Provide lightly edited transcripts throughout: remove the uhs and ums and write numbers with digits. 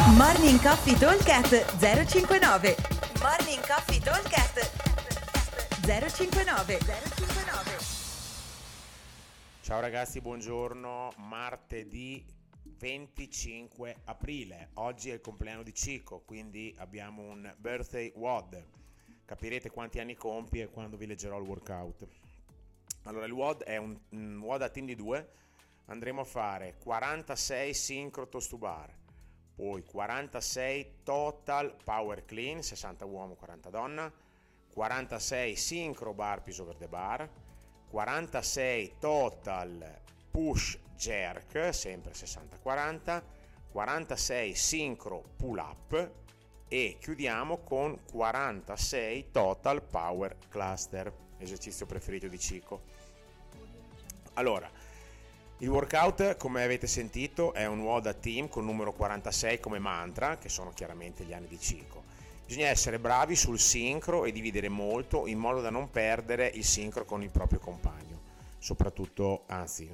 Morning Coffee Talkcast 059. Morning Coffee Talkcast 059. Ciao ragazzi, buongiorno. Martedì 25 aprile. Oggi è il compleanno di Cico, quindi abbiamo un birthday WOD. Capirete quanti anni compie quando vi leggerò il workout. Allora, il WOD è un WOD a team di 2. Andremo a fare 46 sincro toast to bar, poi 46 total power clean, 60 uomo 40 donna, 46 sincro burpees over the bar, 46 total push jerk, sempre 60-40, 46 sincro pull up e chiudiamo con 46 total power cluster, esercizio preferito di Cico. Allora, il workout, come avete sentito, è un WOD a team con numero 46 come mantra, che sono chiaramente gli anni di Cico. Bisogna essere bravi sul sincro e dividere molto in modo da non perdere il sincro con il proprio compagno, soprattutto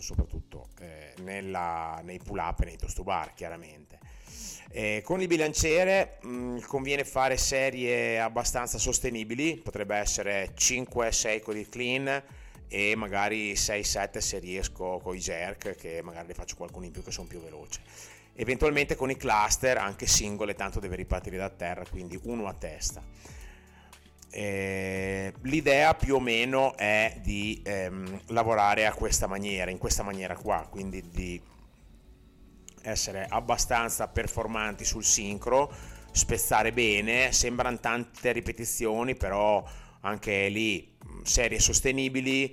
nei pull up e nei toast to bar, chiaramente. Con il bilanciere conviene fare serie abbastanza sostenibili, potrebbe essere 5-6 con il clean e magari 6-7 se riesco con i jerk, che magari ne faccio qualcuno in più che sono più veloce. Eventualmente con i cluster anche singole, tanto deve ripartire da terra, quindi uno a testa. L'idea più o meno è di lavorare in questa maniera qua, quindi di essere abbastanza performanti sul sincro, spezzare bene, sembrano tante ripetizioni, però anche lì serie sostenibili,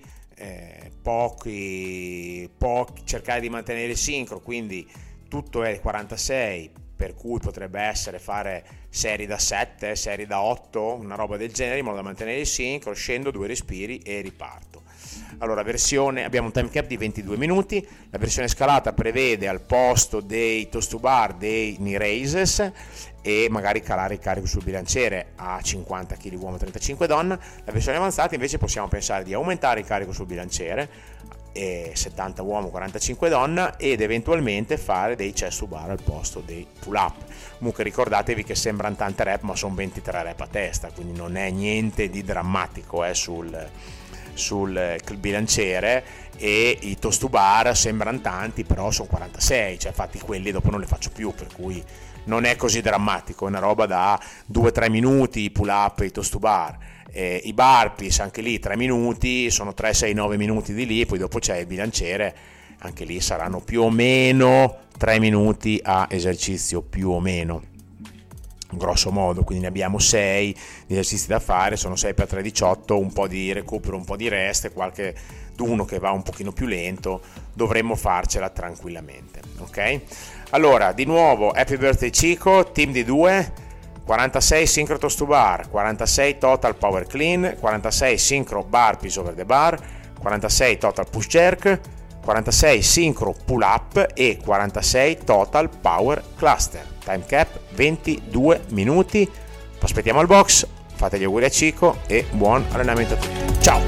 pochi, cercare di mantenere il sincro, quindi tutto è 46, per cui potrebbe essere fare serie da 7, serie da 8, una roba del genere, in modo da mantenere il sincro, scendo 2 respiri e riparto. Allora, abbiamo un time cap di 22 minuti, la versione scalata prevede al posto dei toast to bar dei knee raises e magari calare il carico sul bilanciere a 50 kg uomo 35 donna. La versione avanzata invece possiamo pensare di aumentare il carico sul bilanciere 70 uomo 45 donna ed eventualmente fare dei chest to bar al posto dei pull up. Comunque ricordatevi che sembrano tante rep, ma sono 23 rep a testa, quindi non è niente di drammatico sul bilanciere, e i toast to bar sembrano tanti, però sono 46, cioè infatti quelli dopo non li faccio più, per cui non è così drammatico, è una roba da 2-3 minuti i pull up e i toast to bar. I burpees anche lì 3 minuti, sono 3-6-9 minuti di lì, poi dopo c'è il bilanciere, anche lì saranno più o meno 3 minuti a esercizio, più o meno, grosso modo, quindi ne abbiamo 6 di esercizi da fare, sono 6 per 3 18, un po' di recupero, un po' di rest e qualche uno che va un pochino più lento, dovremmo farcela tranquillamente, ok? Allora, di nuovo, happy birthday Cico, team di 2, 46 sincro toast to bar, 46 total power clean, 46 sincro burpees over the bar, 46 total push jerk, 46 sincro pull up e 46 total power cluster. Time cap 22 minuti. Aspettiamo al box, fate gli auguri a Cico e buon allenamento a tutti. Ciao!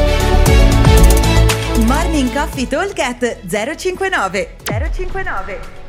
Morning Coffee Talkcast 059.